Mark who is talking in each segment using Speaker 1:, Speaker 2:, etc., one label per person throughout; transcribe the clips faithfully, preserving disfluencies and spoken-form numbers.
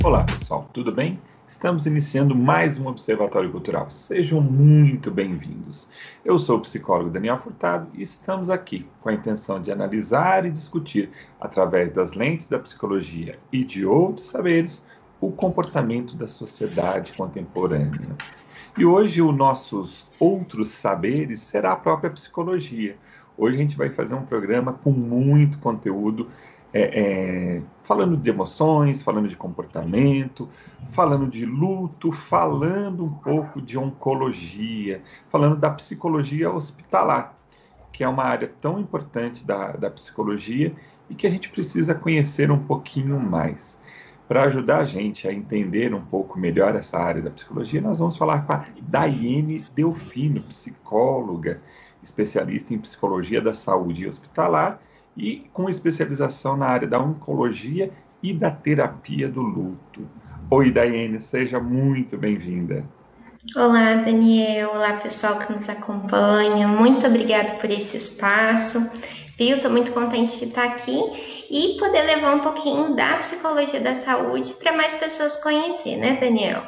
Speaker 1: Olá, pessoal, tudo bem? Estamos iniciando mais um Observatório Cultural. Sejam muito bem-vindos. Eu sou o psicólogo Daniel Furtado e estamos aqui com a intenção de analisar e discutir, através das lentes da psicologia e de outros saberes, o comportamento da sociedade contemporânea. E hoje os nossos outros saberes será a própria psicologia. Hoje a gente vai fazer um programa com muito conteúdo, é, é, falando de emoções, falando de comportamento, falando de luto, falando um pouco de oncologia, falando da psicologia hospitalar, que é uma área tão importante da, da psicologia e que a gente precisa conhecer um pouquinho mais. Para ajudar a gente a entender um pouco melhor essa área da psicologia, nós vamos falar com a Daiane Delfino, psicóloga, especialista em psicologia da saúde hospitalar e com especialização na área da oncologia e da terapia do luto. Oi, Daiane, seja muito bem-vinda.
Speaker 2: Olá, Daniel. Olá, pessoal que nos acompanha. Muito obrigada por esse espaço. Viu? Estou muito contente de estar aqui e poder levar um pouquinho da psicologia da saúde para mais pessoas conhecerem, né, Daniel?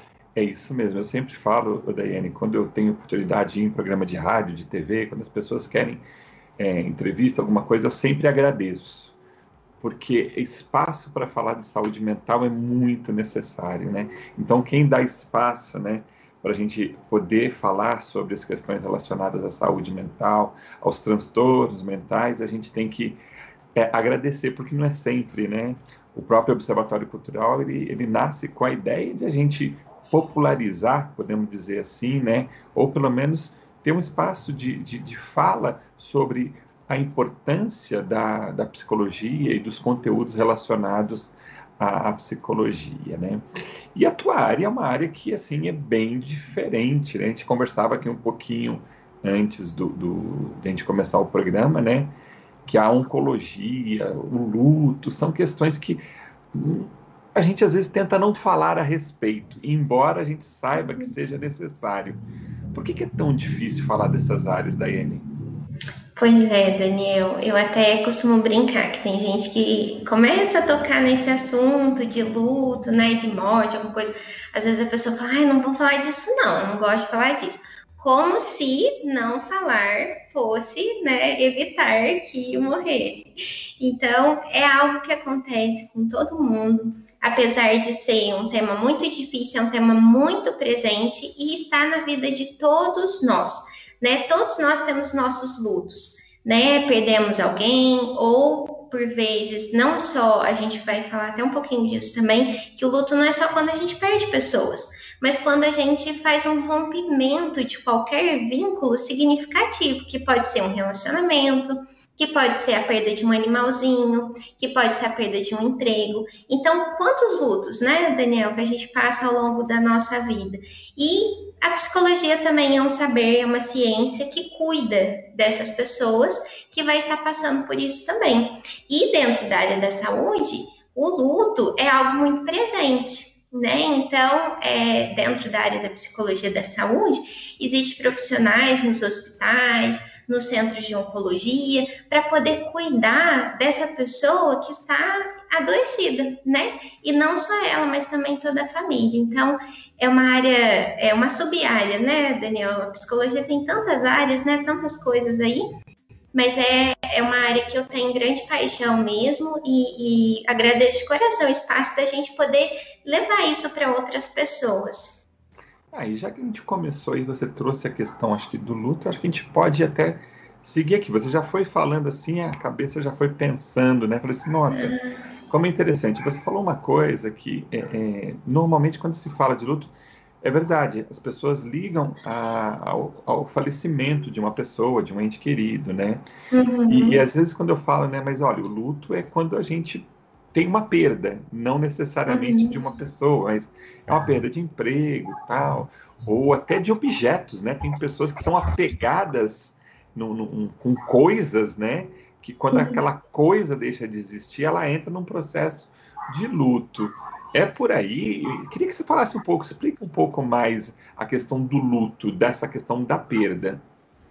Speaker 1: É isso mesmo, eu sempre falo, Daiane, quando eu tenho oportunidade de ir em programa de rádio, de T V, quando as pessoas querem é, entrevista, alguma coisa, eu sempre agradeço, porque espaço para falar de saúde mental é muito necessário, né? Então, quem dá espaço, né, para a gente poder falar sobre as questões relacionadas à saúde mental, aos transtornos mentais, a gente tem que é, agradecer, porque não é sempre, né? O próprio Observatório Cultural, ele, ele nasce com a ideia de a gente popularizar, podemos dizer assim, né? Ou pelo menos ter um espaço de, de, de fala sobre a importância da, da psicologia e dos conteúdos relacionados à, à psicologia, né? E a tua área é uma área que, assim, é bem diferente, né? A gente conversava aqui um pouquinho antes do, do, de a gente começar o programa, né? Que a oncologia, o luto, são questões que hum, a gente às vezes tenta não falar a respeito, embora a gente saiba que seja necessário. Por que que é tão difícil falar dessas áreas, Daiane?
Speaker 2: Pois é, Daniel. Eu até costumo brincar que tem gente que começa a tocar nesse assunto de luto, né, de morte, alguma coisa. Às vezes a pessoa fala, ai, não vou falar disso não, não gosto de falar disso. Como se não falar fosse, né, evitar que morresse. Então, é algo que acontece com todo mundo, apesar de ser um tema muito difícil, é um tema muito presente e está na vida de todos nós, né? Todos nós temos nossos lutos, né? Perdemos alguém ou por vezes, não só, a gente vai falar até um pouquinho disso também, que o luto não é só quando a gente perde pessoas, mas quando a gente faz um rompimento de qualquer vínculo significativo, que pode ser um relacionamento, que pode ser a perda de um animalzinho, que pode ser a perda de um emprego. Então, quantos lutos, né, Daniel, que a gente passa ao longo da nossa vida? E a psicologia também é um saber, é uma ciência que cuida dessas pessoas que vai estar passando por isso também. E dentro da área da saúde, o luto é algo muito presente. Né? Então, é, dentro da área da psicologia da saúde, existem profissionais nos hospitais, nos centros de oncologia, para poder cuidar dessa pessoa que está adoecida, né? E não só ela, mas também toda a família. Então, é uma área, é uma sub-área, né, Daniel? A psicologia tem tantas áreas, né? Tantas coisas aí, mas é, é uma área que eu tenho grande paixão mesmo e, e agradeço de coração o espaço da gente poder levar isso para outras pessoas.
Speaker 1: Aí, já que a gente começou e você trouxe a questão, acho que do luto, acho que a gente pode até seguir aqui. Você já foi falando assim, a cabeça já foi pensando, né? Falei assim, nossa, como é interessante. Você falou uma coisa que, é, é, normalmente, quando se fala de luto, é verdade, as pessoas ligam a, ao, ao falecimento de uma pessoa, de um ente querido, né? E, e
Speaker 2: Uhum,
Speaker 1: às vezes quando eu falo, né, mas olha, o luto é quando a gente tem uma perda, não necessariamente de
Speaker 2: uhum,
Speaker 1: uma pessoa, mas é uma perda de emprego, tal, ou até de objetos, né? Tem pessoas que são apegadas no, no, com coisas, né? Que quando aquela coisa deixa de existir, ela entra num processo de luto. É por aí. Eu queria que você falasse um pouco, explica um pouco mais a questão do luto, dessa questão da perda.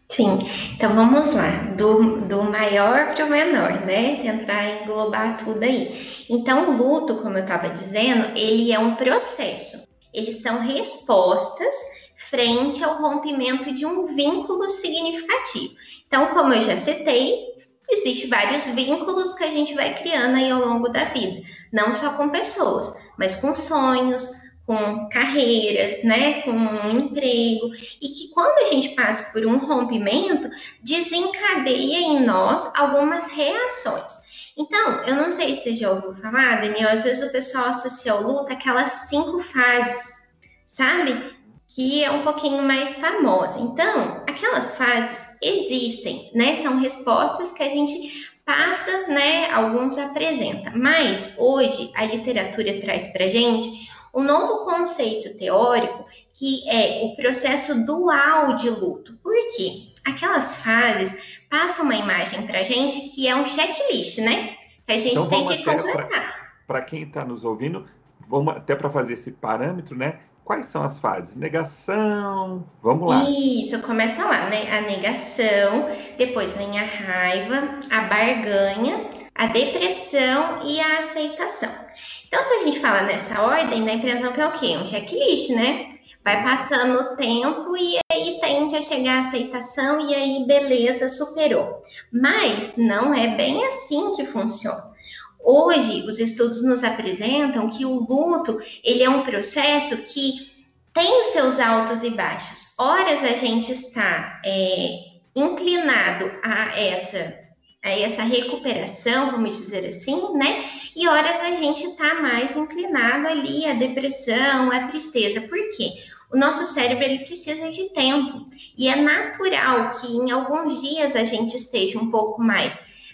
Speaker 2: Sim, então vamos lá, do, do maior para o menor, né? Tentar englobar tudo aí. Então, o luto, como eu estava dizendo, ele é um processo. Eles são respostas frente ao rompimento de um vínculo significativo. Então, como eu já citei, existem vários vínculos que a gente vai criando aí ao longo da vida, não só com pessoas, mas com sonhos, com carreiras, né, com um emprego, e que quando a gente passa por um rompimento, desencadeia em nós algumas reações. Então, eu não sei se você já ouviu falar, Daniel, às vezes o pessoal associa ao luto aquelas cinco fases, sabe? Que é um pouquinho mais famosa. Então, aquelas fases existem, né? São respostas que a gente passa, né? Alguns apresenta. Mas hoje a literatura traz pra gente um novo conceito teórico que é o processo dual de luto. Por quê? Aquelas fases passam uma imagem pra gente que é um checklist, né? Que a gente
Speaker 1: Então
Speaker 2: tem
Speaker 1: vamos
Speaker 2: que
Speaker 1: até,
Speaker 2: completar.
Speaker 1: para quem está nos ouvindo, vamos até para fazer esse parâmetro, né? Quais são as fases? Negação, vamos lá.
Speaker 2: Isso, começa lá, né? A negação, depois vem a raiva, a barganha, a depressão e a aceitação. Então, se a gente fala nessa ordem, dá a impressão que é o quê? Um checklist, né? Vai passando o tempo e aí tende a chegar a aceitação e aí, beleza, superou. Mas não é bem assim que funciona. Hoje, os estudos nos apresentam que o luto, ele é um processo que tem os seus altos e baixos. Horas a gente está é, inclinado a essa, a essa recuperação, vamos dizer assim, né? E horas a gente está mais inclinado ali à depressão, à tristeza. Por quê? O nosso cérebro ele precisa de tempo e é natural que em alguns dias a gente esteja um pouco mais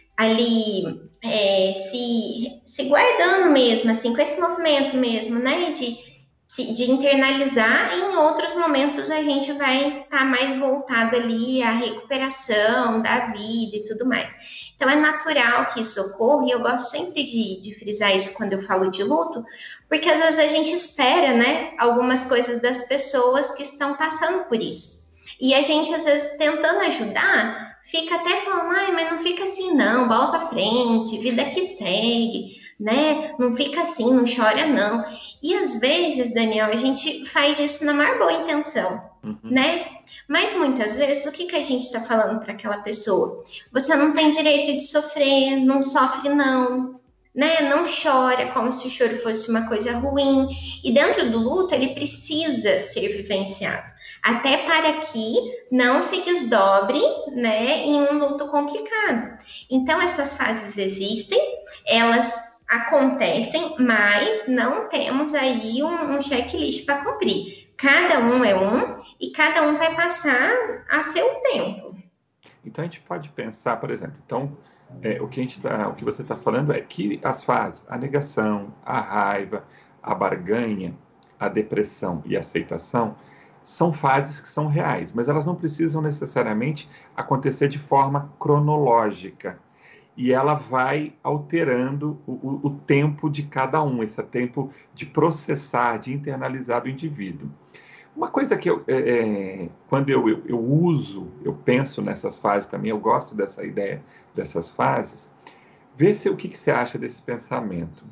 Speaker 2: ali é, se, se guardando mesmo, assim, com esse movimento mesmo, né? De de internalizar, e em outros momentos a gente vai estar tá mais voltado ali à recuperação da vida e tudo mais. Então é natural que isso ocorra, e eu gosto sempre de, de frisar isso quando eu falo de luto, porque às vezes a gente espera, né, algumas coisas das pessoas que estão passando por isso. E a gente, às vezes, tentando ajudar, fica até falando, ai, mas não fica assim não, bola pra frente, vida que segue, né? Não fica assim, não chora não. E às vezes, Daniel, a gente faz isso na maior boa intenção,
Speaker 1: Uhum.
Speaker 2: né? Mas muitas vezes, o que, que a gente está falando para aquela pessoa? Você não tem direito de sofrer, não sofre não, né? Não chora como se o choro fosse uma coisa ruim. E dentro do luto, ele precisa ser vivenciado, até para que não se desdobre, né, em um luto complicado. Então, essas fases existem, elas acontecem, mas não temos aí um, um checklist para cumprir. Cada um é um e cada um vai passar a seu tempo.
Speaker 1: Então, a gente pode pensar, por exemplo, então, é, o, que a gente tá, o que você está falando é que as fases, a negação, a raiva, a barganha, a depressão e a aceitação, são fases que são reais, mas elas não precisam necessariamente acontecer de forma cronológica. E ela vai alterando o, o, o tempo de cada um, esse tempo de processar, de internalizar do indivíduo. Uma coisa que eu, é, quando eu, eu, eu uso, eu penso nessas fases também, eu gosto dessa ideia dessas fases, vê se o que, que você acha desse pensamento.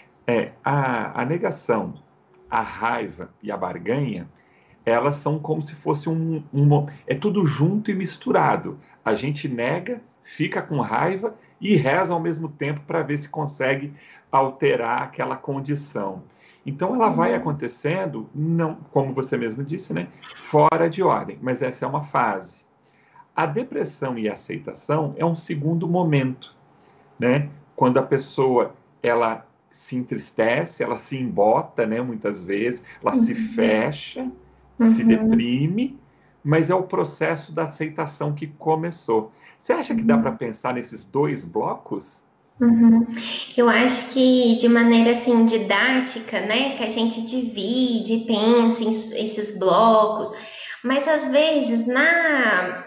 Speaker 1: É, a, a negação, a raiva e a barganha, elas são como se fosse um, um... É tudo junto e misturado. A gente nega, fica com raiva e reza ao mesmo tempo para ver se consegue alterar aquela condição. Então, ela vai acontecendo, não, como você mesmo disse, né, fora de ordem, mas essa é uma fase. A depressão e a aceitação é um segundo momento, né? Quando a pessoa ela se entristece, ela se embota, né, muitas vezes, ela uhum. se fecha, Uhum. se deprime, mas é o processo da aceitação que começou. Você acha que dá para pensar nesses dois blocos?
Speaker 2: Uhum. Eu acho que de maneira assim didática, né, que a gente divide, pensa em esses blocos, mas às vezes na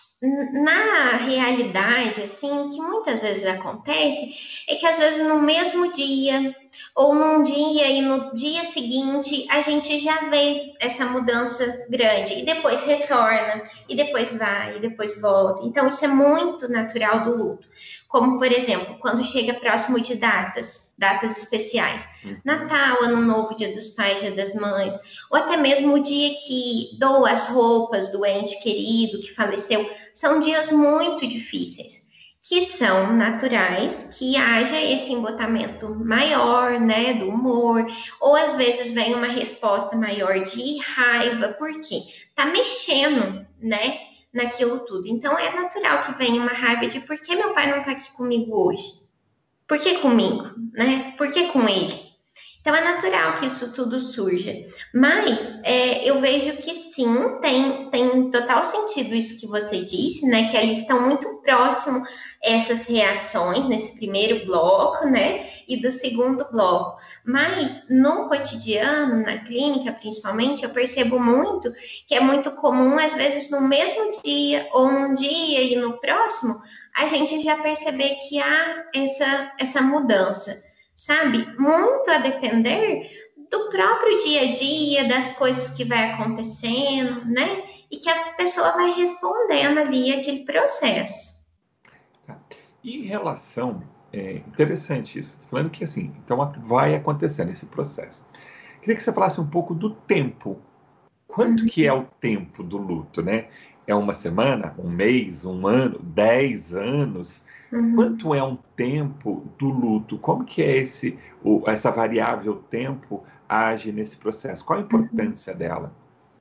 Speaker 2: na realidade, assim, o que muitas vezes acontece é que às vezes no mesmo dia ou num dia e no dia seguinte a gente já vê essa mudança grande e depois retorna, e depois vai, e depois volta. Então isso é muito natural do luto. Como, por exemplo, quando chega próximo de datas, datas especiais. Natal, Ano Novo, Dia dos Pais, Dia das Mães, ou até mesmo o dia que dou as roupas do ente querido que faleceu. São dias muito difíceis, que são naturais, que haja esse embotamento maior, né, do humor, ou às vezes vem uma resposta maior de raiva, porque tá mexendo, né, naquilo tudo. Então é natural que venha uma raiva de por que meu pai não tá aqui comigo hoje? Por que comigo, né? Por que com ele? Então é natural que isso tudo surja, mas é, eu vejo que sim, tem, tem total sentido isso que você disse, né? Que eles estão muito próximos essas reações nesse primeiro bloco, né? E do segundo bloco. Mas no cotidiano, na clínica principalmente, eu percebo muito que é muito comum, às vezes, no mesmo dia ou num dia e no próximo, a gente já perceber que há essa, essa mudança. Sabe? Muito a depender do próprio dia a dia, das coisas que vai acontecendo, né? E que a pessoa vai respondendo ali aquele processo.
Speaker 1: Tá. E em relação, é interessante isso, falando que assim, então vai acontecendo esse processo. Queria que você falasse um pouco do tempo. Quanto uhum. que é o tempo do luto, né? É uma semana, um mês, um ano, dez anos? Uhum. Quanto é um tempo do luto? Como que é esse, o, essa variável tempo age nesse processo? Qual a importância uhum. dela?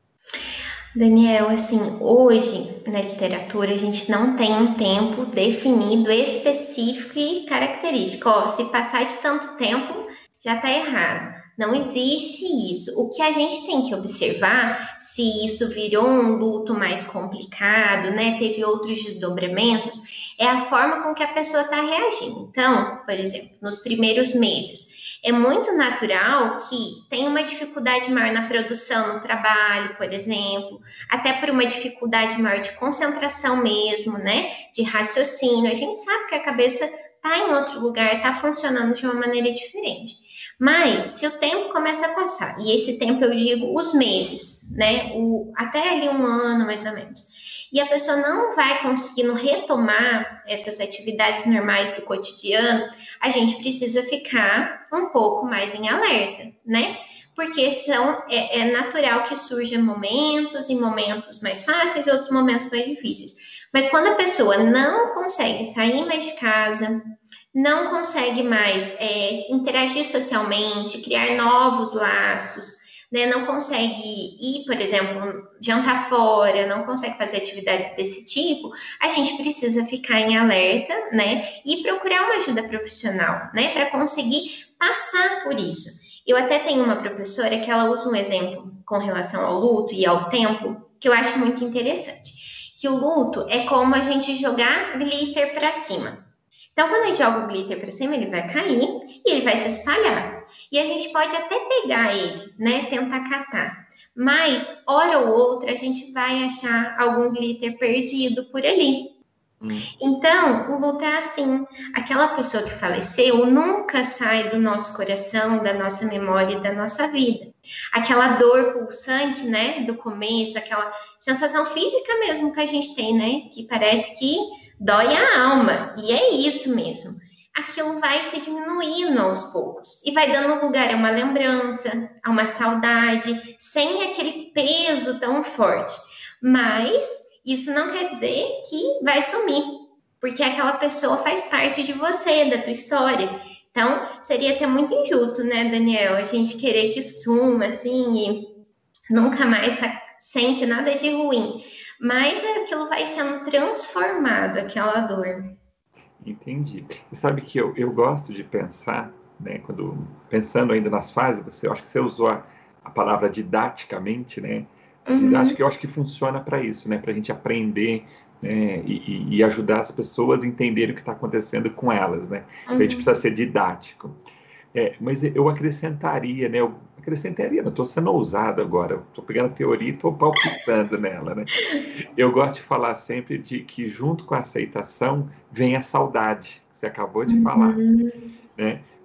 Speaker 2: Daniel, assim, hoje na literatura a gente não tem um tempo definido, específico e característico. Ó, se passar de tanto tempo, já está errado. Não existe isso. O que a gente tem que observar, se isso virou um luto mais complicado, né? Teve outros desdobramentos, é a forma com que a pessoa está reagindo. Então, por exemplo, nos primeiros meses, é muito natural que tenha uma dificuldade maior na produção, no trabalho, por exemplo, até por uma dificuldade maior de concentração mesmo, né? De raciocínio. A gente sabe que a cabeça está em outro lugar, está funcionando de uma maneira diferente. Mas, se o tempo começa a passar, e esse tempo eu digo os meses, né? O, até ali um ano, mais ou menos, e a pessoa não vai conseguindo retomar essas atividades normais do cotidiano, a gente precisa ficar um pouco mais em alerta, né? Porque são, é, é natural que surjam momentos e momentos mais fáceis e outros momentos mais difíceis. Mas quando a pessoa não consegue sair mais de casa, não consegue mais é, interagir socialmente, criar novos laços, né? Não consegue ir, por exemplo, jantar fora, não consegue fazer atividades desse tipo, a gente precisa ficar em alerta, né? E procurar uma ajuda profissional, né? Para conseguir passar por isso. Eu até tenho uma professora que ela usa um exemplo com relação ao luto e ao tempo, que eu acho muito interessante. Que o luto é como a gente jogar glitter para cima. Então, quando a gente joga o glitter para cima, ele vai cair e ele vai se espalhar. E a gente pode até pegar ele, né? Tentar catar. Mas, hora ou outra, a gente vai achar algum glitter perdido por ali. Hum. Então, o luto é assim. Aquela pessoa que faleceu nunca sai do nosso coração, da nossa memória e da nossa vida. Aquela dor pulsante, né? Do começo, aquela sensação física mesmo que a gente tem, né? Que parece que dói a alma, e é isso mesmo. Aquilo vai se diminuindo aos poucos e vai dando lugar a uma lembrança, a uma saudade, sem aquele peso tão forte. Mas isso não quer dizer que vai sumir, porque aquela pessoa faz parte de você, da tua história. Então, seria até muito injusto, né, Daniel, a gente querer que suma, assim, e nunca mais sente nada de ruim. Mas aquilo vai sendo transformado, aquela dor.
Speaker 1: Entendi. E sabe que eu, eu gosto de pensar, né, quando, pensando ainda nas fases, você, eu acho que você usou a, a palavra didaticamente, né? A didática uhum. eu acho que funciona para isso, né? Para a gente aprender, né, e, e ajudar as pessoas a entenderem o que está acontecendo com elas, né? Uhum. A gente precisa ser didático. É, mas eu acrescentaria, né? Eu acrescentaria, não estou sendo ousado agora, estou pegando a teoria e estou palpitando nela, né? Eu gosto de falar sempre de que junto com a aceitação vem a saudade, que você acabou de uhum. falar, né?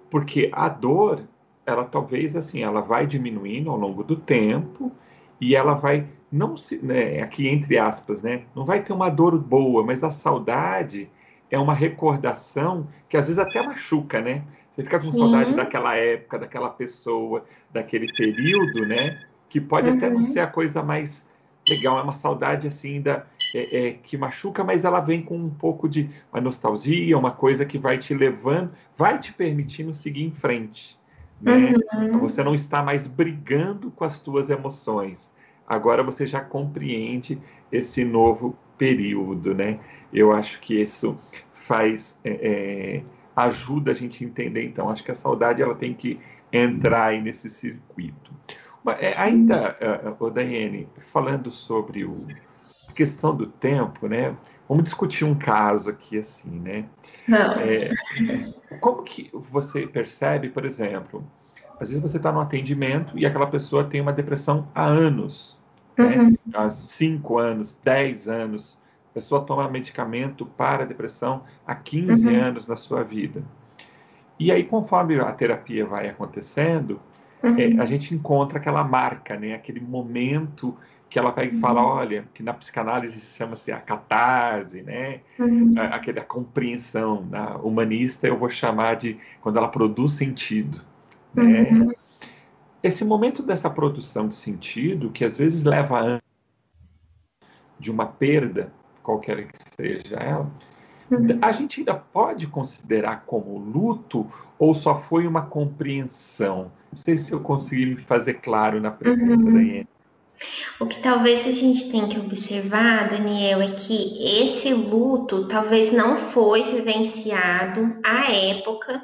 Speaker 1: Porque a dor, ela talvez assim, ela vai diminuindo ao longo do tempo e ela vai, não se, né, aqui entre aspas, né, não vai ter uma dor boa, mas a saudade é uma recordação que às vezes até machuca, né? Você fica com saudade
Speaker 2: Sim.
Speaker 1: daquela época, daquela pessoa, daquele período, né? Que pode até não ser
Speaker 2: Uhum.
Speaker 1: a coisa mais legal, é uma saudade assim da, é, é, que machuca, mas ela vem com um pouco de uma nostalgia, uma coisa que vai te levando, vai te permitindo seguir em frente, né? Você
Speaker 2: Uhum.
Speaker 1: não está mais brigando com as tuas emoções. Agora você já compreende esse novo período, né? Eu acho que isso faz é, é, ajuda a gente a entender. Então, acho que a saudade ela tem que entrar aí nesse circuito. Mas, é,
Speaker 2: Sim.
Speaker 1: ainda, uh, uh, Daiane, falando sobre o, a questão do tempo, né? Vamos discutir um caso aqui assim, né?
Speaker 2: Vamos.
Speaker 1: É, como que você percebe, por exemplo, às vezes você está no atendimento e aquela pessoa tem uma depressão há anos, né?
Speaker 2: Uhum.
Speaker 1: Há cinco anos, dez anos. A pessoa toma medicamento para a depressão há quinze
Speaker 2: Uhum.
Speaker 1: anos na sua vida. E aí, conforme a terapia vai acontecendo, é, a
Speaker 2: Uhum.
Speaker 1: gente encontra aquela marca, né? Aquele momento que ela pega e fala,
Speaker 2: Uhum.
Speaker 1: olha, que na psicanálise chama-se a catarse, né? A-
Speaker 2: Uhum.
Speaker 1: Aquela compreensão, na humanista eu vou chamar de quando ela produz sentido, né?
Speaker 2: Uhum.
Speaker 1: Esse momento dessa produção de sentido, que às vezes leva anos de uma perda, qualquer que seja ela, a
Speaker 2: Uhum.
Speaker 1: gente ainda pode considerar como luto ou só foi uma compreensão? Não sei se eu consegui me fazer claro na pergunta,
Speaker 2: Uhum.
Speaker 1: Daiane.
Speaker 2: O que talvez a gente tenha que observar, Daniel, é que esse luto talvez não foi vivenciado à época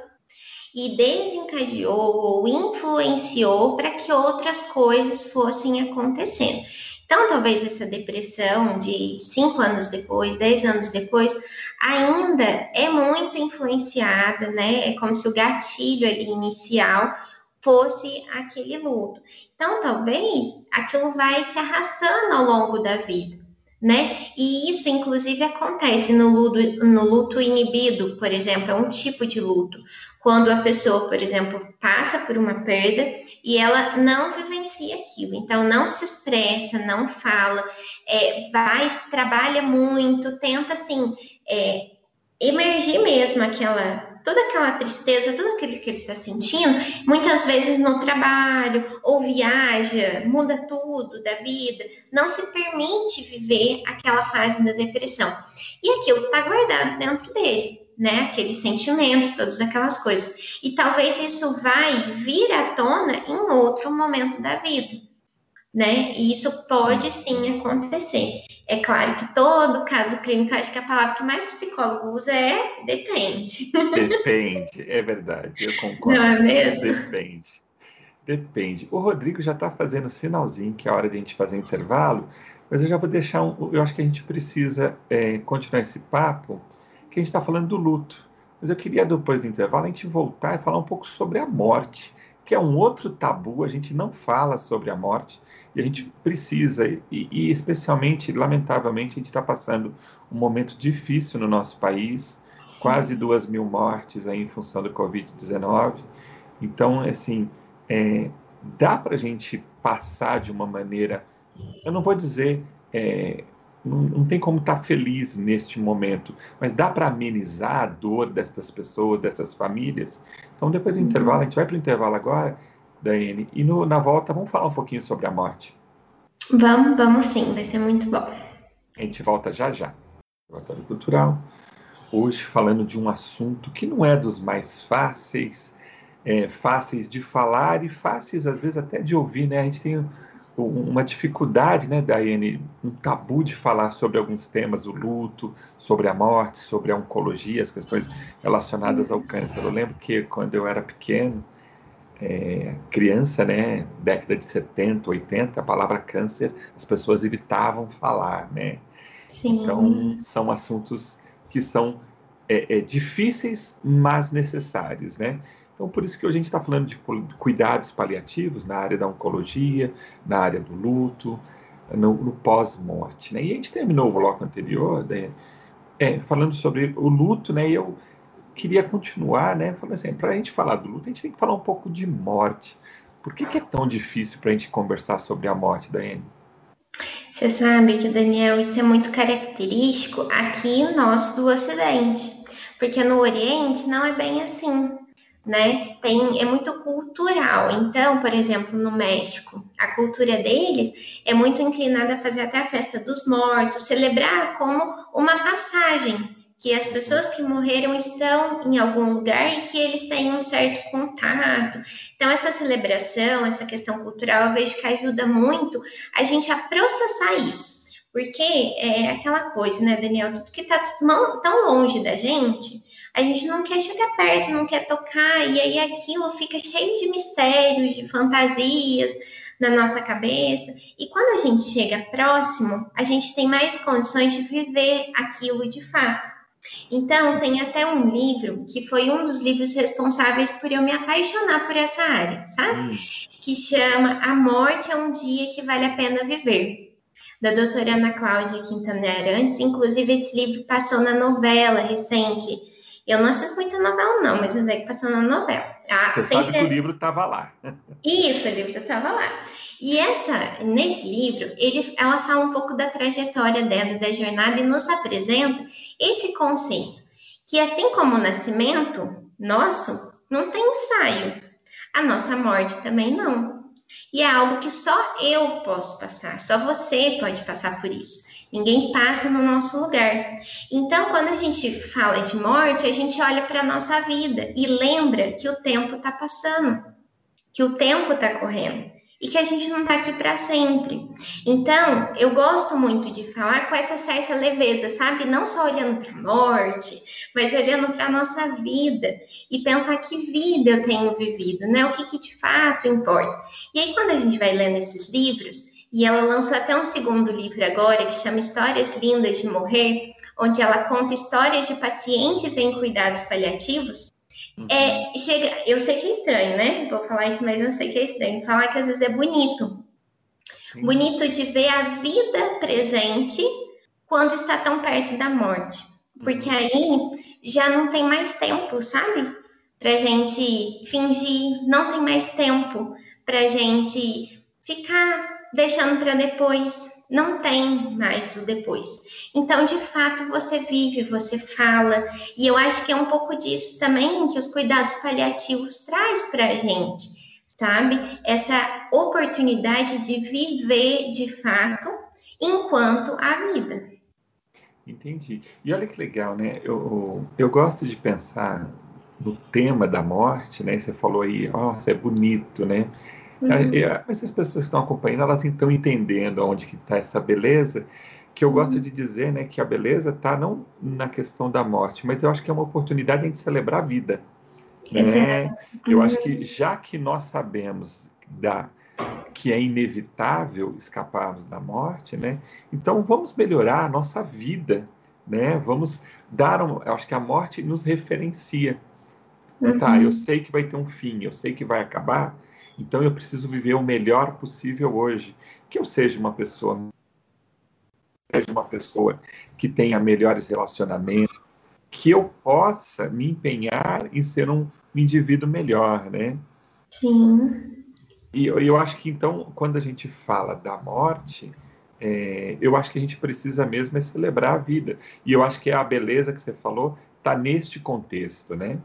Speaker 2: e desencadeou ou influenciou para que outras coisas fossem acontecendo. Então, talvez essa depressão de cinco anos depois, dez anos depois, ainda é muito influenciada, né? É como se o gatilho ali inicial fosse aquele luto. Então, talvez aquilo vai se arrastando ao longo da vida, né? E isso, inclusive, acontece no luto, no luto inibido, por exemplo, é um tipo de luto. Quando a pessoa, por exemplo, passa por uma perda e ela não vivencia aquilo, então não se expressa, não fala, é, vai, trabalha muito, tenta assim, é, emergir mesmo aquela, toda aquela tristeza, tudo aquilo que ele está sentindo, muitas vezes no trabalho, ou viaja, muda tudo da vida, não se permite viver aquela fase da depressão. E aquilo está guardado dentro dele, né? Aqueles sentimentos, todas aquelas coisas. E talvez isso vai vir à tona em outro momento da vida, né? E isso pode sim acontecer. É claro que todo caso clínico, acho que a palavra que mais psicólogo usa é depende.
Speaker 1: Depende, é verdade, eu
Speaker 2: Não
Speaker 1: concordo
Speaker 2: é
Speaker 1: com você.
Speaker 2: mesmo?
Speaker 1: Depende. Depende. O Rodrigo já está fazendo sinalzinho que é a hora de a gente fazer intervalo, mas eu já vou deixar um. Eu acho que a gente precisa é, continuar esse papo, que a gente está falando do luto. Mas eu queria, depois do intervalo, a gente voltar e falar um pouco sobre a morte, que é um outro tabu, a gente não fala sobre a morte, e a gente precisa, e, e especialmente, lamentavelmente, a gente está passando um momento difícil no nosso país, quase
Speaker 2: Sim.
Speaker 1: duas mil mortes aí em função do covid dezenove. Então, assim, é, dá para a gente passar de uma maneira, eu não vou dizer, é, não, não tem como estar feliz neste momento, mas dá para amenizar a dor destas pessoas, dessas famílias. Então, depois do intervalo, a
Speaker 2: Uhum.
Speaker 1: gente vai para o intervalo agora, Daiane, e no, na volta vamos falar um pouquinho sobre a morte.
Speaker 2: Vamos, vamos sim, vai ser muito bom.
Speaker 1: A gente volta já já. Laboratório Cultural, hoje falando de um assunto que não é dos mais fáceis, é, fáceis de falar e fáceis às vezes até de ouvir, né? A gente tem uma dificuldade, né, Daiane, um tabu de falar sobre alguns temas, o luto, sobre a morte, sobre a oncologia, as questões relacionadas ao câncer. Eu lembro que quando eu era pequeno, é, criança, né, década de setenta, oitenta, a palavra câncer as pessoas evitavam falar, né? Então,
Speaker 2: Sim,
Speaker 1: são assuntos que são é, é, difíceis, mas necessários, né? Então, por isso que hoje a gente está falando de cuidados paliativos na área da oncologia, na área do luto, no, no pós-morte, né? E a gente terminou o bloco anterior, né, é, falando sobre o luto, né? E eu queria continuar, né? Falando assim, para a gente falar do luto, a gente tem que falar um pouco de morte. Por que, que é tão difícil para a gente conversar sobre a morte, Daiane?
Speaker 2: Você sabe que, Daniel, isso é muito característico aqui nosso do Ocidente, porque no Oriente não é bem assim, né? Tem, é muito cultural. Então, por exemplo, no México, a cultura deles é muito inclinada a fazer até a festa dos mortos, celebrar como uma passagem, que as pessoas que morreram estão em algum lugar e que eles têm um certo contato. Então, essa celebração, essa questão cultural, eu vejo que ajuda muito a gente a processar isso. Porque é aquela coisa, né, Daniel? Tudo que está tão longe da gente, a gente não quer chegar perto, não quer tocar, e aí aquilo fica cheio de mistérios, de fantasias na nossa cabeça. E quando a gente chega próximo, a gente tem mais condições de viver aquilo de fato. Então, tem até um livro que foi um dos livros responsáveis por eu me apaixonar por essa área, sabe? Hum. Que chama A Morte é um Dia que Vale a Pena Viver, da doutora Ana Cláudia Quintana Arantes. Inclusive, esse livro passou na novela recente. Eu não assisto muita novela, não, mas eu sei que passou na novela.
Speaker 1: Ah, Você sabe ser... que o livro estava lá.
Speaker 2: Isso, o livro estava lá. E essa, nesse livro, ele, ela fala um pouco da trajetória dela, da jornada, e nos apresenta esse conceito, que assim como o nascimento nosso, não tem ensaio. A nossa morte também não. E é algo que só eu posso passar, só você pode passar por isso. Ninguém passa no nosso lugar. Então, quando a gente fala de morte, a gente olha para a nossa vida e lembra que o tempo está passando, que o tempo está correndo e que a gente não está aqui para sempre. Então, eu gosto muito de falar com essa certa leveza, sabe? Não só olhando para a morte, mas olhando para a nossa vida e pensar que vida eu tenho vivido, né? O que, que de fato importa. E aí, quando a gente vai lendo esses livros, e ela lançou até um segundo livro agora, que chama Histórias Lindas de Morrer, onde ela conta histórias de pacientes em cuidados paliativos. Uhum. É, chega, eu sei que é estranho, né? Vou falar isso, mas eu sei que é estranho. Falar que às vezes é bonito. Sim. Bonito de ver a vida presente quando está tão perto da morte. Porque uhum. aí já não tem mais tempo, sabe? Pra gente fingir, não tem mais tempo pra gente ficar deixando para depois, não tem mais o depois. Então, de fato, você vive, você fala, e eu acho que é um pouco disso também que os cuidados paliativos traz para a gente, sabe? Essa oportunidade de viver de fato enquanto há vida.
Speaker 1: Entendi. E olha que legal, né? Eu, eu gosto de pensar no tema da morte, né? Você falou aí, nossa, é bonito, né? Uhum. Mas as pessoas que estão acompanhando, elas estão entendendo onde que está essa beleza, que eu uhum. gosto de dizer, né, que a beleza está não na questão da morte, mas eu acho que é uma oportunidade de a gente celebrar a vida. Né? Uhum. Eu acho que já que nós sabemos da, que é inevitável escaparmos da morte, né, então vamos melhorar a nossa vida, né? Vamos dar, um, eu acho que a morte nos referencia. Uhum. Tá, eu sei que vai ter um fim, eu sei que vai acabar, então eu preciso viver o melhor possível hoje. Que eu seja uma pessoa, seja uma pessoa que tenha melhores relacionamentos, que eu possa me empenhar em ser um indivíduo melhor, né?
Speaker 2: Sim.
Speaker 1: E eu, eu acho que, então, quando a gente fala da morte, é, eu acho que a gente precisa mesmo é celebrar a vida. E eu acho que a beleza que você falou está neste contexto, né?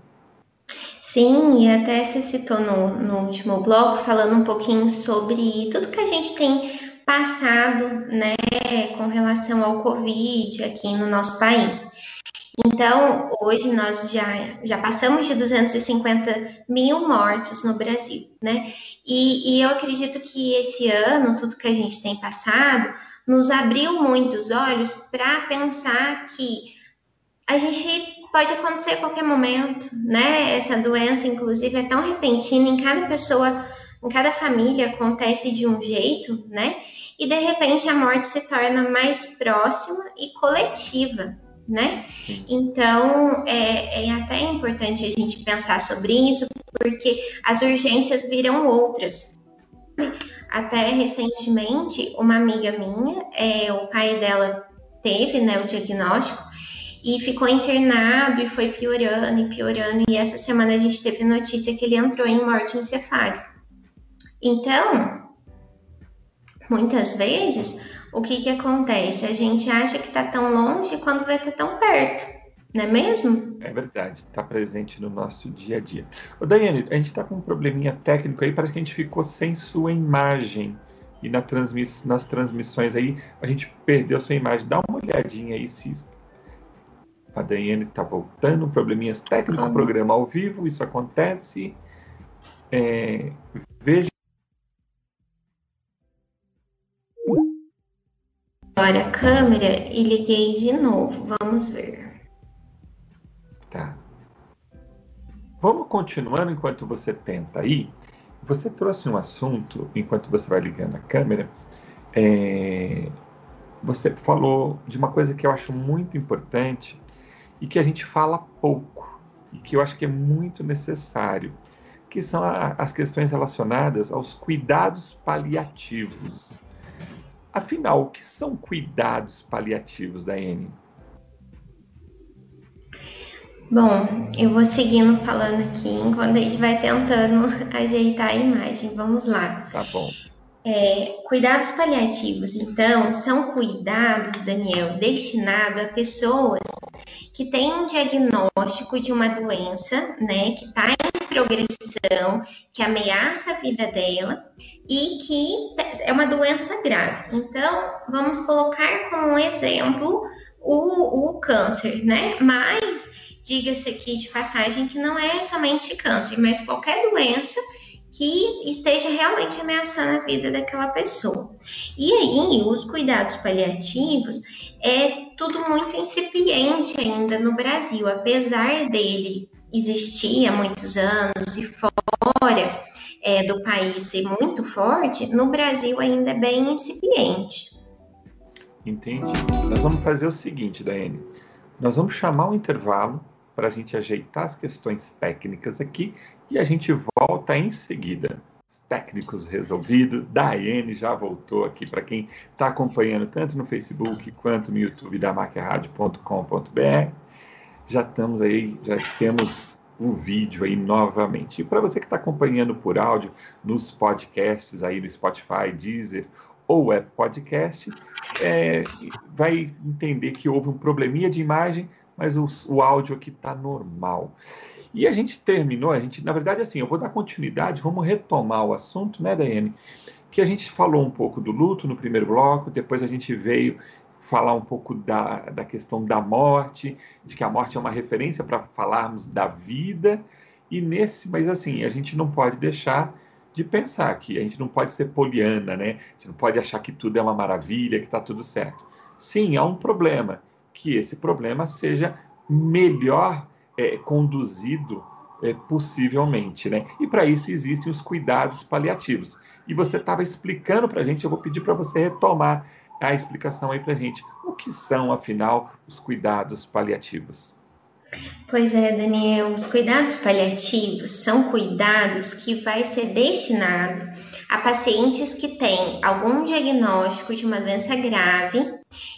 Speaker 2: Sim, e até você citou no, no último bloco, falando um pouquinho sobre tudo que a gente tem passado, né, com relação ao Covid aqui no nosso país. Então, hoje nós já, já passamos de duzentos e cinquenta mil mortos no Brasil, né? E, e eu acredito que esse ano, tudo que a gente tem passado, nos abriu muito os olhos para pensar que a gente pode acontecer a qualquer momento, né? Essa doença, inclusive, é tão repentina, em cada pessoa, em cada família acontece de um jeito, né? E, de repente, a morte se torna mais próxima e coletiva, né? Então, é, é até importante a gente pensar sobre isso, porque as urgências viram outras. Até recentemente, uma amiga minha, é, o pai dela teve, né, o diagnóstico, e ficou internado e foi piorando e piorando. E essa semana a gente teve notícia que ele entrou em morte encefálica. Então, muitas vezes, o que que acontece? A gente acha que está tão longe quando vai estar tão perto, não é mesmo?
Speaker 1: É verdade, está presente no nosso dia a dia. Ô, Daiane, a gente está com um probleminha técnico aí, parece que a gente ficou sem sua imagem. E na transmiss... nas transmissões aí, a gente perdeu sua imagem. Dá uma olhadinha aí se a Daiane está voltando. Probleminhas técnicos, uhum. Programa ao vivo, isso acontece. É... Veja.
Speaker 2: Agora a câmera e liguei de novo, vamos ver.
Speaker 1: Tá. Vamos continuando enquanto você tenta aí. Você trouxe um assunto, enquanto você vai ligando a câmera, é... você falou de uma coisa que eu acho muito importante e que a gente fala pouco e que eu acho que é muito necessário, que são a, as questões relacionadas aos cuidados paliativos. Afinal, o que são cuidados paliativos, Daiane?
Speaker 2: Bom, eu vou seguindo falando aqui enquanto a gente vai tentando ajeitar a imagem. Vamos lá.
Speaker 1: Tá bom.
Speaker 2: É, cuidados paliativos, então, são cuidados, Daniel, destinados a pessoas que têm um diagnóstico de uma doença, né, que está em progressão, que ameaça a vida dela e que é uma doença grave. Então, vamos colocar como exemplo o, o câncer, né? Mas diga-se aqui de passagem que não é somente câncer, mas qualquer doença que esteja realmente ameaçando a vida daquela pessoa. E aí, os cuidados paliativos é tudo muito incipiente ainda no Brasil, apesar dele existir há muitos anos e fora é, do país ser muito forte, no Brasil ainda é bem incipiente.
Speaker 1: Entendi. Nós vamos fazer o seguinte, Daiane, nós vamos chamar um intervalo para a gente ajeitar as questões técnicas aqui e a gente volta em seguida. Técnicos resolvidos, Daiane já voltou aqui para quem está acompanhando tanto no Facebook quanto no YouTube da macchia rádio ponto com ponto b r. Já estamos aí, já temos o vídeo aí novamente. E para você que está acompanhando por áudio nos podcasts aí no Spotify, Deezer ou Apple Podcast, é, vai entender que houve um probleminha de imagem, mas o, o áudio aqui está normal. E a gente terminou, a gente, na verdade, assim, eu vou dar continuidade, vamos retomar o assunto, né, Daiane? Que a gente falou um pouco do luto no primeiro bloco, depois a gente veio falar um pouco da, da questão da morte, de que a morte é uma referência para falarmos da vida, e nesse, mas assim, a gente não pode deixar de pensar que a gente não pode ser poliana, né? A gente não pode achar que tudo é uma maravilha, que está tudo certo. Sim, há um problema, que esse problema seja melhor é, conduzido é, possivelmente, né? E para isso existem os cuidados paliativos. E você estava explicando para a gente, eu vou pedir para você retomar a explicação aí para a gente. O que são, afinal, os cuidados paliativos?
Speaker 2: Pois é, Daniel, os cuidados paliativos são cuidados que vai ser destinado a pacientes que têm algum diagnóstico de uma doença grave,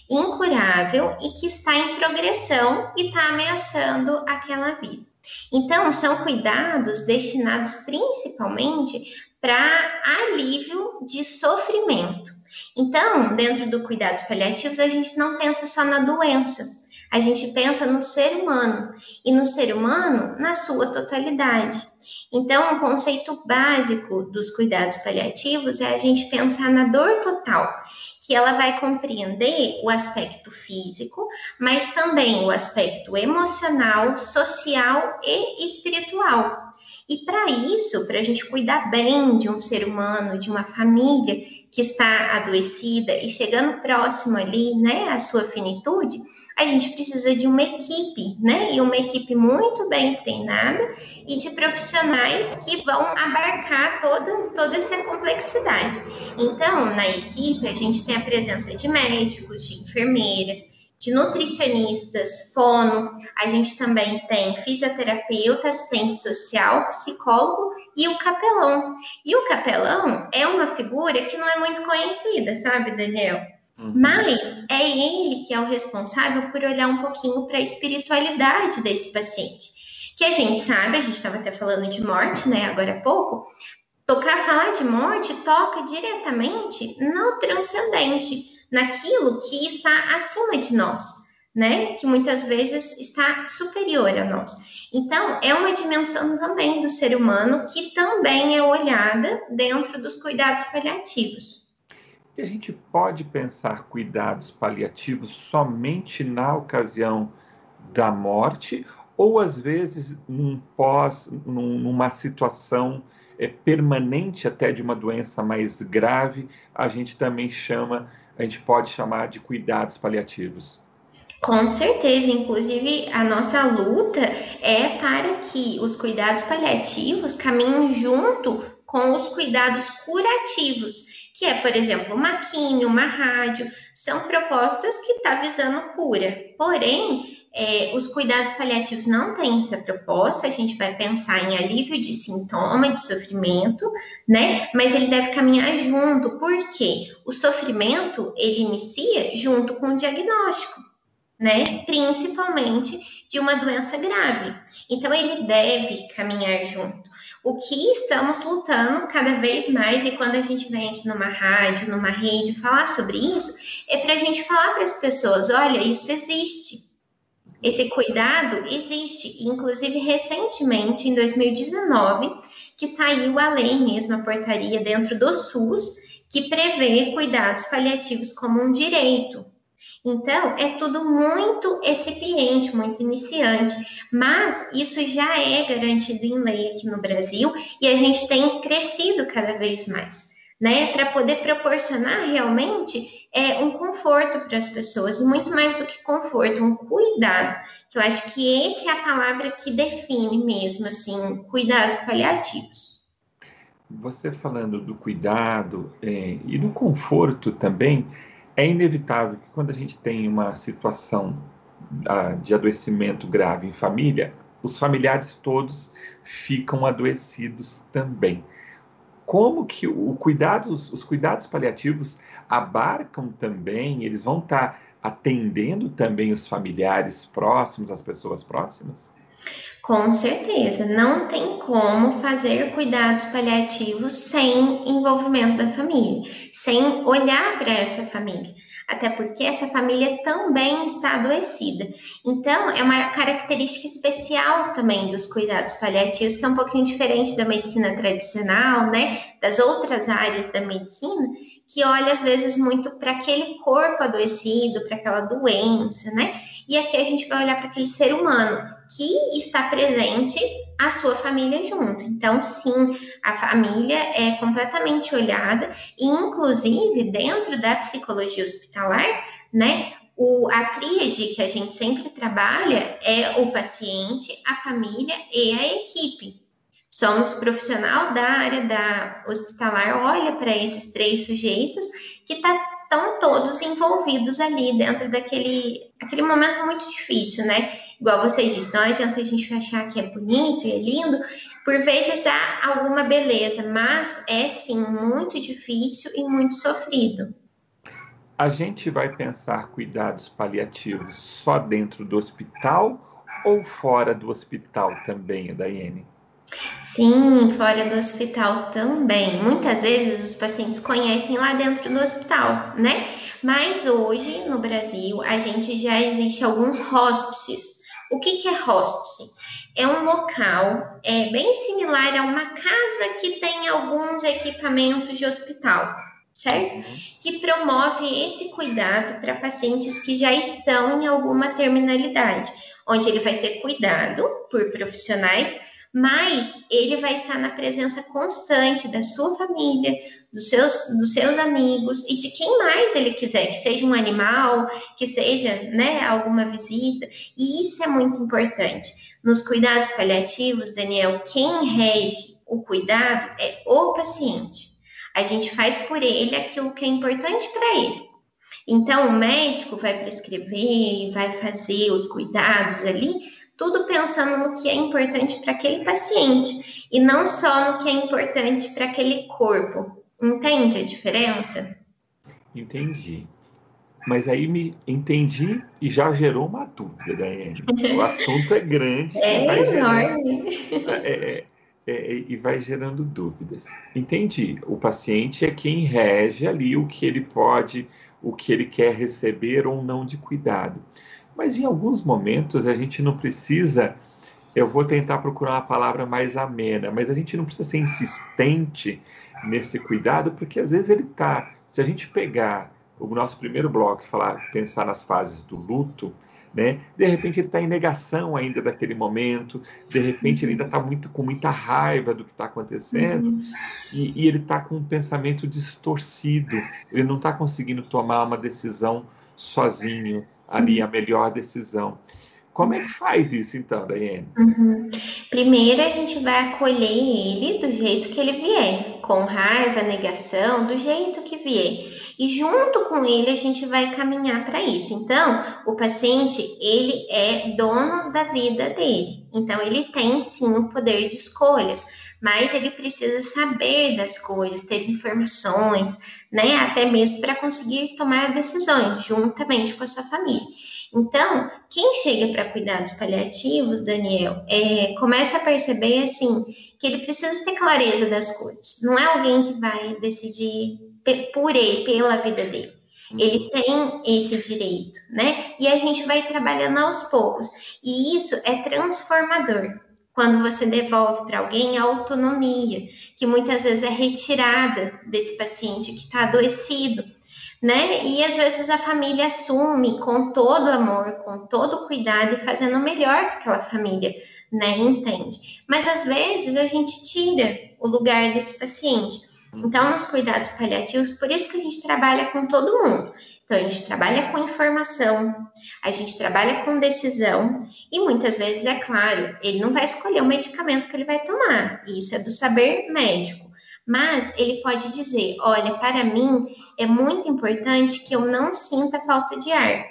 Speaker 2: incurável e que está em progressão e está ameaçando aquela vida. Então, são cuidados destinados principalmente para alívio de sofrimento. Então, dentro do cuidados paliativos, a gente não pensa só na doença. A gente pensa no ser humano, e no ser humano na sua totalidade. Então, o conceito básico dos cuidados paliativos é a gente pensar na dor total, que ela vai compreender o aspecto físico, mas também o aspecto emocional, social e espiritual. E para isso, para a gente cuidar bem de um ser humano, de uma família que está adoecida e chegando próximo ali, né, à sua finitude, a gente precisa de uma equipe, né? E uma equipe muito bem treinada e de profissionais que vão abarcar toda, toda essa complexidade. Então, na equipe, a gente tem a presença de médicos, de enfermeiras, de nutricionistas, fono, a gente também tem fisioterapeuta, assistente social, psicólogo e o capelão. E o capelão é uma figura que não é muito conhecida, sabe, Daniel?
Speaker 1: Uhum.
Speaker 2: Mas é ele que é o responsável por olhar um pouquinho para a espiritualidade desse paciente. Que a gente sabe, a gente estava até falando de morte, né, agora há pouco, tocar, falar de morte toca diretamente no transcendente, naquilo que está acima de nós, né? Que muitas vezes está superior a nós. Então, é uma dimensão também do ser humano que também é olhada dentro dos cuidados paliativos.
Speaker 1: E a gente pode pensar cuidados paliativos somente na ocasião da morte, ou às vezes num pós, num, numa situação é, permanente até de uma doença mais grave, a gente também chama, a gente pode chamar de cuidados paliativos.
Speaker 2: Com certeza, inclusive a nossa luta é para que os cuidados paliativos caminhem junto com os cuidados curativos, que é, por exemplo, uma quimio, uma rádio, são propostas que estão tá visando cura. Porém, é, os cuidados paliativos não têm essa proposta, a gente vai pensar em alívio de sintoma, de sofrimento, né? Mas ele deve caminhar junto, porque o sofrimento ele inicia junto com o diagnóstico, né? Principalmente de uma doença grave. Então, ele deve caminhar junto. O que estamos lutando cada vez mais, e quando a gente vem aqui numa rádio, numa rede, falar sobre isso, é para a gente falar para as pessoas: olha, isso existe. Esse cuidado existe. Inclusive, recentemente, em dois mil e dezenove, que saiu a lei mesmo, a portaria dentro do SUS, que prevê cuidados paliativos como um direito. Então, é tudo muito incipiente, muito iniciante, mas isso já é garantido em lei aqui no Brasil e a gente tem crescido cada vez mais, né, para poder proporcionar realmente é, um conforto para as pessoas, e muito mais do que conforto, um cuidado, que eu acho que essa é a palavra que define mesmo, assim, cuidados paliativos.
Speaker 1: Você falando do cuidado é, e do conforto também, é inevitável que quando a gente tem uma situação ah, de adoecimento grave em família, os familiares todos ficam adoecidos também. Como que o cuidado, os cuidados paliativos abarcam também, eles vão estar atendendo também os familiares próximos, as pessoas próximas?
Speaker 2: Com certeza, não tem como fazer cuidados paliativos sem envolvimento da família, sem olhar para essa família, até porque essa família também está adoecida. Então, é uma característica especial também dos cuidados paliativos, que é um pouquinho diferente da medicina tradicional, né, das outras áreas da medicina, que olha às vezes muito para aquele corpo adoecido, para aquela doença, né? E aqui a gente vai olhar para aquele ser humano que está presente a sua família junto. Então, sim, a família é completamente olhada, e inclusive dentro da psicologia hospitalar, né, o, a tríade que a gente sempre trabalha é o paciente, a família e a equipe. Somos profissional da área da hospitalar, olha para esses três sujeitos que tá, estão todos envolvidos ali dentro daquele aquele momento muito difícil, né? Igual vocês disse, não adianta a gente achar que é bonito e é lindo, por vezes há alguma beleza, mas é sim muito difícil e muito sofrido.
Speaker 1: A gente vai pensar cuidados paliativos só dentro do hospital ou fora do hospital também, Daiane?
Speaker 2: Sim, fora do hospital também. Muitas vezes os pacientes conhecem lá dentro do hospital, né? Mas hoje no Brasil a gente já existe alguns hóspices. O que, que é hóspice? É um local é bem similar a uma casa que tem alguns equipamentos de hospital, certo?
Speaker 1: Uhum.
Speaker 2: Que promove esse cuidado para pacientes que já estão em alguma terminalidade, onde ele vai ser cuidado por profissionais, mas ele vai estar na presença constante da sua família, dos seus, dos seus amigos e de quem mais ele quiser, que seja um animal, que seja, né, alguma visita, e isso é muito importante. Nos cuidados paliativos, Daniel, quem rege o cuidado é o paciente. A gente faz por ele aquilo que é importante para ele. Então, o médico vai prescrever, vai fazer os cuidados ali, tudo pensando no que é importante para aquele paciente e não só no que é importante para aquele corpo. Entende a diferença?
Speaker 1: Entendi. Mas aí me entendi e já gerou uma dúvida, Daiane. O assunto é grande
Speaker 2: É
Speaker 1: e vai gerando,
Speaker 2: enorme.
Speaker 1: é, é, é, é, e vai gerando dúvidas. Entendi. O paciente é quem rege ali o que ele pode, o que ele quer receber ou não de cuidado. Mas em alguns momentos a gente não precisa, eu vou tentar procurar uma palavra mais amena, mas a gente não precisa ser insistente nesse cuidado, porque às vezes ele está, se a gente pegar o nosso primeiro bloco e falar, pensar nas fases do luto, né? De repente ele está em negação ainda daquele momento, de repente ele ainda está muito, com muita raiva do que está acontecendo,
Speaker 2: Uhum.
Speaker 1: e, e ele está com um pensamento distorcido, ele não está conseguindo tomar uma decisão sozinho, ali a melhor decisão. Como é que faz isso então, Daiane?
Speaker 2: Uhum. Primeiro a gente vai acolher ele do jeito que ele vier, com raiva, negação, do jeito que vier. E junto com ele a gente vai caminhar para isso. Então, o paciente, ele é dono da vida dele. Então, ele tem sim o poder de escolhas, mas ele precisa saber das coisas, ter informações, né? Até mesmo para conseguir tomar decisões juntamente com a sua família. Então, quem chega para cuidados paliativos, Daniel, é, começa a perceber assim que ele precisa ter clareza das coisas. Não é alguém que vai decidir por ele, pela vida dele. Ele tem esse direito, né? E a gente vai trabalhando aos poucos. E isso é transformador. Quando você devolve para alguém a autonomia, que muitas vezes é retirada desse paciente que está adoecido, né? E às vezes a família assume com todo amor, com todo cuidado e fazendo o melhor que aquela família, né, entende. Mas às vezes a gente tira o lugar desse paciente. Então, nos cuidados paliativos, por isso que a gente trabalha com todo mundo. Então, a gente trabalha com informação, a gente trabalha com decisão e muitas vezes, é claro, ele não vai escolher o medicamento que ele vai tomar. Isso é do saber médico. Mas ele pode dizer, olha, para mim é muito importante que eu não sinta falta de ar.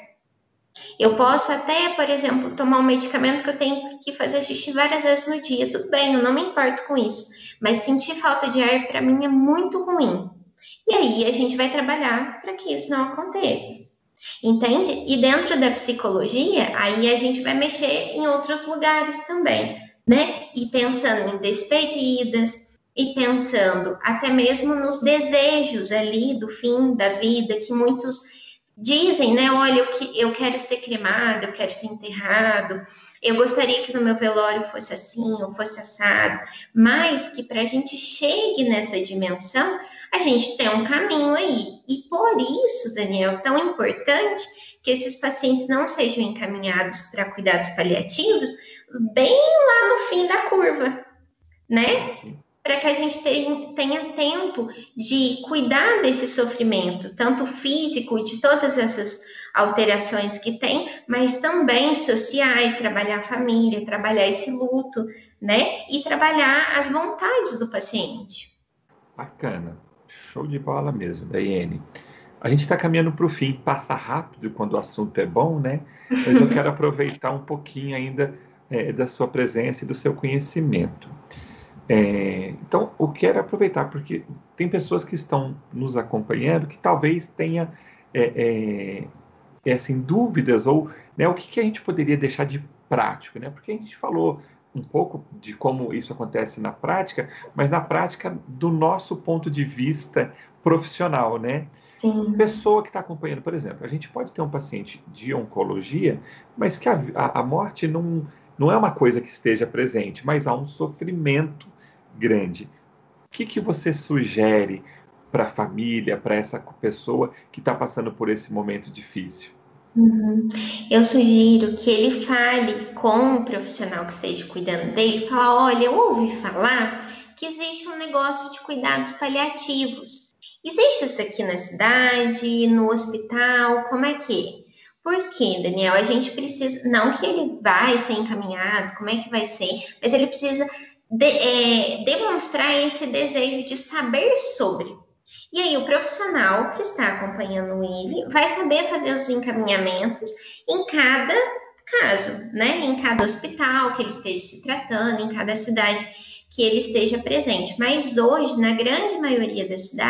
Speaker 2: Eu posso até, por exemplo, tomar um medicamento que eu tenho que fazer xixi várias vezes no dia. Tudo bem, eu não me importo com isso. Mas sentir falta de ar, para mim, é muito ruim. E aí, a gente vai trabalhar para que isso não aconteça. Entende? E dentro da psicologia, aí a gente vai mexer em outros lugares também, né? E pensando em despedidas, e pensando até mesmo nos desejos ali do fim da vida, que muitos dizem, né? Olha, eu, eu quero ser cremado, eu quero ser enterrado, eu gostaria que no meu velório fosse assim, ou fosse assado, mas que para a gente chegue nessa dimensão, a gente tem um caminho aí. E por isso, Daniel, é tão importante que esses pacientes não sejam encaminhados para cuidados paliativos bem lá no fim da curva, né? Para que a gente tenha tempo de cuidar desse sofrimento, tanto físico, de todas essas alterações que tem, mas também sociais, trabalhar a família, trabalhar esse luto, né? E trabalhar as vontades do paciente.
Speaker 1: Bacana, show de bola mesmo, Daiane. A gente está caminhando para o fim, passa rápido quando o assunto é bom, né? Mas eu quero aproveitar um pouquinho ainda é, da sua presença e do seu conhecimento. É, então, eu quero aproveitar, porque tem pessoas que estão nos acompanhando que talvez tenha é, é, é, assim, dúvidas, ou né, o que, que a gente poderia deixar de prático, né? Porque a gente falou um pouco de como isso acontece na prática, mas na prática do nosso ponto de vista profissional, né?
Speaker 2: Sim.
Speaker 1: Pessoa que está acompanhando, por exemplo, a gente pode ter um paciente de oncologia, mas que a, a, a morte não, não é uma coisa que esteja presente, mas há um sofrimento grande. O que, que você sugere para a família, para essa pessoa que está passando por esse momento difícil?
Speaker 2: Uhum. Eu sugiro que ele fale com o profissional que esteja cuidando dele, falar, olha, eu ouvi falar que existe um negócio de cuidados paliativos. Existe isso aqui na cidade, no hospital, como é que é? Por quê, Daniel? A gente precisa, não que ele vai ser encaminhado, como é que vai ser, mas ele precisa de, é, demonstrar esse desejo de saber sobre. E aí o profissional que está acompanhando ele vai saber fazer os encaminhamentos em cada caso, né? Em cada hospital que ele esteja se tratando, em cada cidade que ele esteja presente. Mas hoje, na grande maioria das cidades,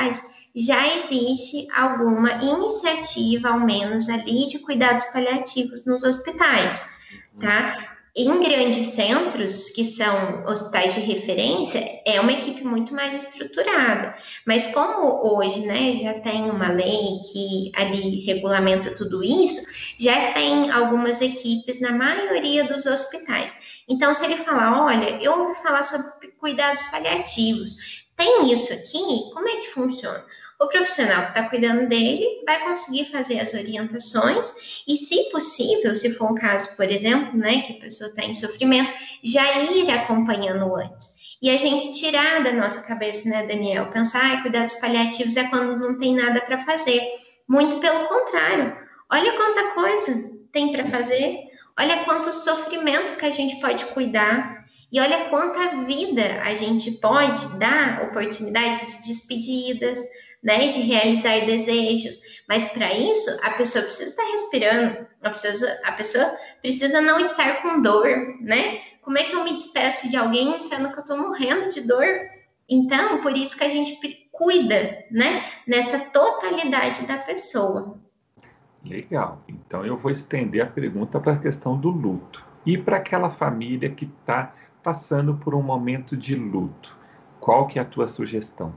Speaker 2: já existe alguma iniciativa, ao menos ali, de cuidados paliativos nos hospitais, tá? Em grandes centros, que são hospitais de referência, é uma equipe muito mais estruturada. Mas como hoje, né, já tem uma lei que ali regulamenta tudo isso, já tem algumas equipes na maioria dos hospitais. Então, se ele falar, olha, eu ouvi falar sobre cuidados paliativos, tem isso aqui, como é que funciona? O profissional que está cuidando dele vai conseguir fazer as orientações e, se possível, se for um caso, por exemplo, né, que a pessoa está em sofrimento, já ir acompanhando antes. E a gente tirar da nossa cabeça, né, Daniel, pensar, ah, cuidados paliativos é quando não tem nada para fazer. Muito pelo contrário. Olha quanta coisa tem para fazer, olha quanto sofrimento que a gente pode cuidar. E olha quanta vida a gente pode dar oportunidade de despedidas, né, de realizar desejos. Mas para isso, a pessoa precisa estar respirando, a pessoa, a pessoa precisa não estar com dor, né? Como é que eu me despeço de alguém sendo que eu estou morrendo de dor? Então, por isso que a gente cuida, né, nessa totalidade da pessoa.
Speaker 1: Legal. Então, eu vou estender a pergunta para a questão do luto. E para aquela família que está passando por um momento de luto, qual que é a tua sugestão?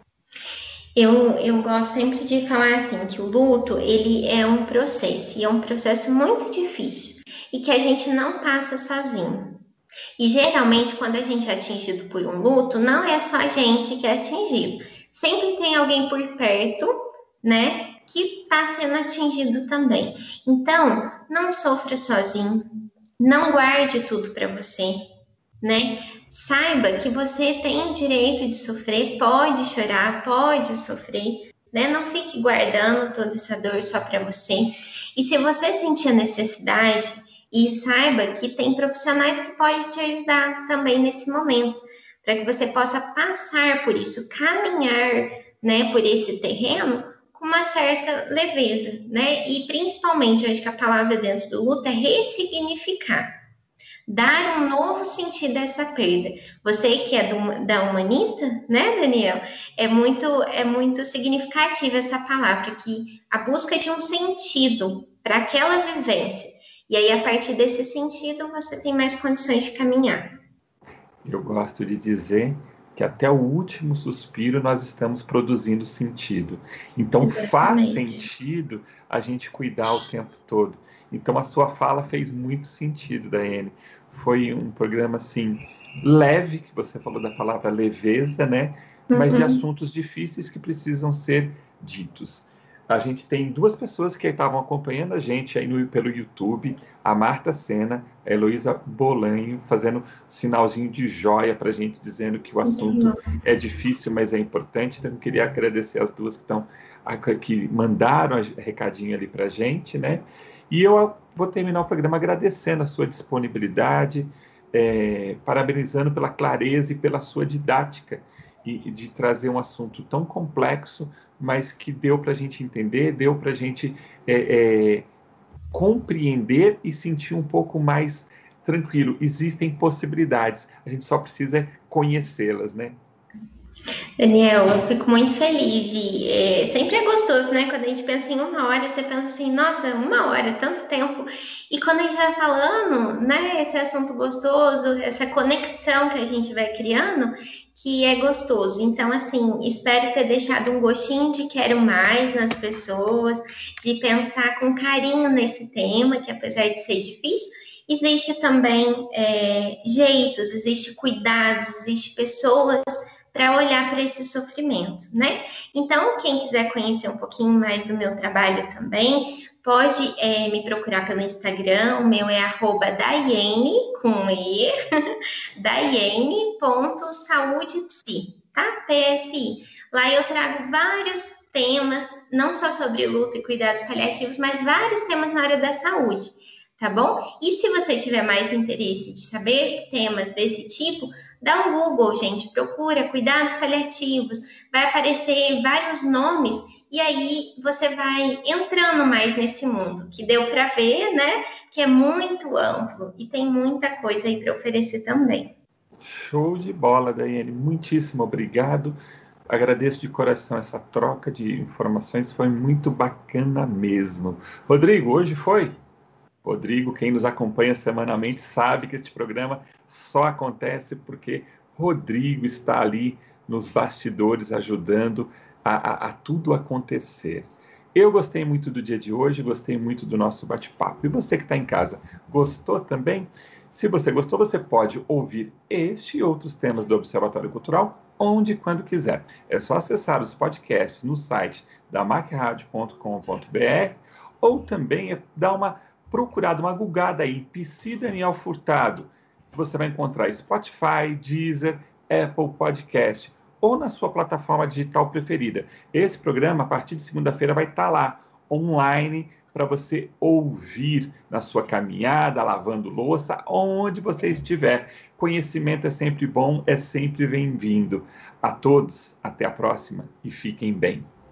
Speaker 2: Eu, eu gosto sempre de falar assim, que o luto, ele é um processo, e é um processo muito difícil, e que a gente não passa sozinho. E geralmente, quando a gente é atingido por um luto, não é só a gente que é atingido. Sempre tem alguém por perto, né, que está sendo atingido também. Então, não sofra sozinho, não guarde tudo para você, né? Saiba que você tem o direito de sofrer, pode chorar, pode sofrer, né? Não fique guardando toda essa dor só para você. E se você sentir a necessidade, e saiba que tem profissionais que podem te ajudar também nesse momento, para que você possa passar por isso, caminhar, né, por esse terreno com uma certa leveza, né? E principalmente, eu acho que a palavra dentro do luto é ressignificar. Dar um novo sentido a essa perda. Você que é do, da humanista, né, Daniel? É muito, é muito significativa essa palavra, que a busca de um sentido para aquela vivência. E aí, a partir desse sentido, você tem mais condições de caminhar.
Speaker 1: Eu gosto de dizer que até o último suspiro nós estamos produzindo sentido. Então, Exatamente. Faz sentido a gente cuidar o tempo todo. Então, a sua fala fez muito sentido, Daiane. Foi um programa, assim, leve, que você falou da palavra leveza, né? Mas uhum. de assuntos difíceis que precisam ser ditos. A gente tem duas pessoas que estavam acompanhando a gente aí no, pelo YouTube, a Marta Sena, a Heloísa Bolanho, fazendo sinalzinho de joia para a gente, dizendo que o assunto uhum. é difícil, mas é importante. Então, eu queria agradecer as duas que, estão, que mandaram a recadinho ali para a gente, né? E eu vou terminar o programa agradecendo a sua disponibilidade, é, parabenizando pela clareza e pela sua didática, e, e de trazer um assunto tão complexo, mas que deu para a gente entender, deu para a gente é, é, compreender e sentir um pouco mais tranquilo. Existem possibilidades, a gente só precisa conhecê-las, né?
Speaker 2: Daniel, eu fico muito feliz de... É, sempre é gostoso, né? Quando a gente pensa em uma hora, você pensa assim, nossa, uma hora, tanto tempo. E quando a gente vai falando, né? Esse assunto gostoso, essa conexão que a gente vai criando, que é gostoso. Então, assim, espero ter deixado um gostinho de quero mais nas pessoas, de pensar com carinho nesse tema, que apesar de ser difícil, existe também é, jeitos, existe cuidados, existe pessoas para olhar para esse sofrimento, né? Então, quem quiser conhecer um pouquinho mais do meu trabalho também, pode é, me procurar pelo Instagram, o meu é arroba Daiane, com E, daiane ponto saúdepsi, tá? P S I. Lá eu trago vários temas, não só sobre luto e cuidados paliativos, mas vários temas na área da saúde. Tá bom? E se você tiver mais interesse de saber temas desse tipo, dá um Google, gente, procura cuidados paliativos, vai aparecer vários nomes e aí você vai entrando mais nesse mundo, que deu para ver, né, que é muito amplo e tem muita coisa aí para oferecer também.
Speaker 1: Show de bola, Daiane, muitíssimo obrigado. Agradeço de coração essa troca de informações, foi muito bacana mesmo. Rodrigo, hoje foi? Rodrigo, quem nos acompanha semanalmente, sabe que este programa só acontece porque Rodrigo está ali nos bastidores ajudando a, a, a tudo acontecer. Eu gostei muito do dia de hoje, gostei muito do nosso bate-papo. E você que está em casa, gostou também? Se você gostou, você pode ouvir este e outros temas do Observatório Cultural onde e quando quiser. É só acessar os podcasts no site da mac rádio ponto com ponto b r ou também dar uma procurada, uma gugada aí, Psy Daniel Furtado. Você vai encontrar Spotify, Deezer, Apple Podcast ou na sua plataforma digital preferida. Esse programa, a partir de segunda-feira, vai estar lá, online, para você ouvir na sua caminhada, lavando louça, onde você estiver. Conhecimento é sempre bom, é sempre bem-vindo. A todos, até a próxima e fiquem bem.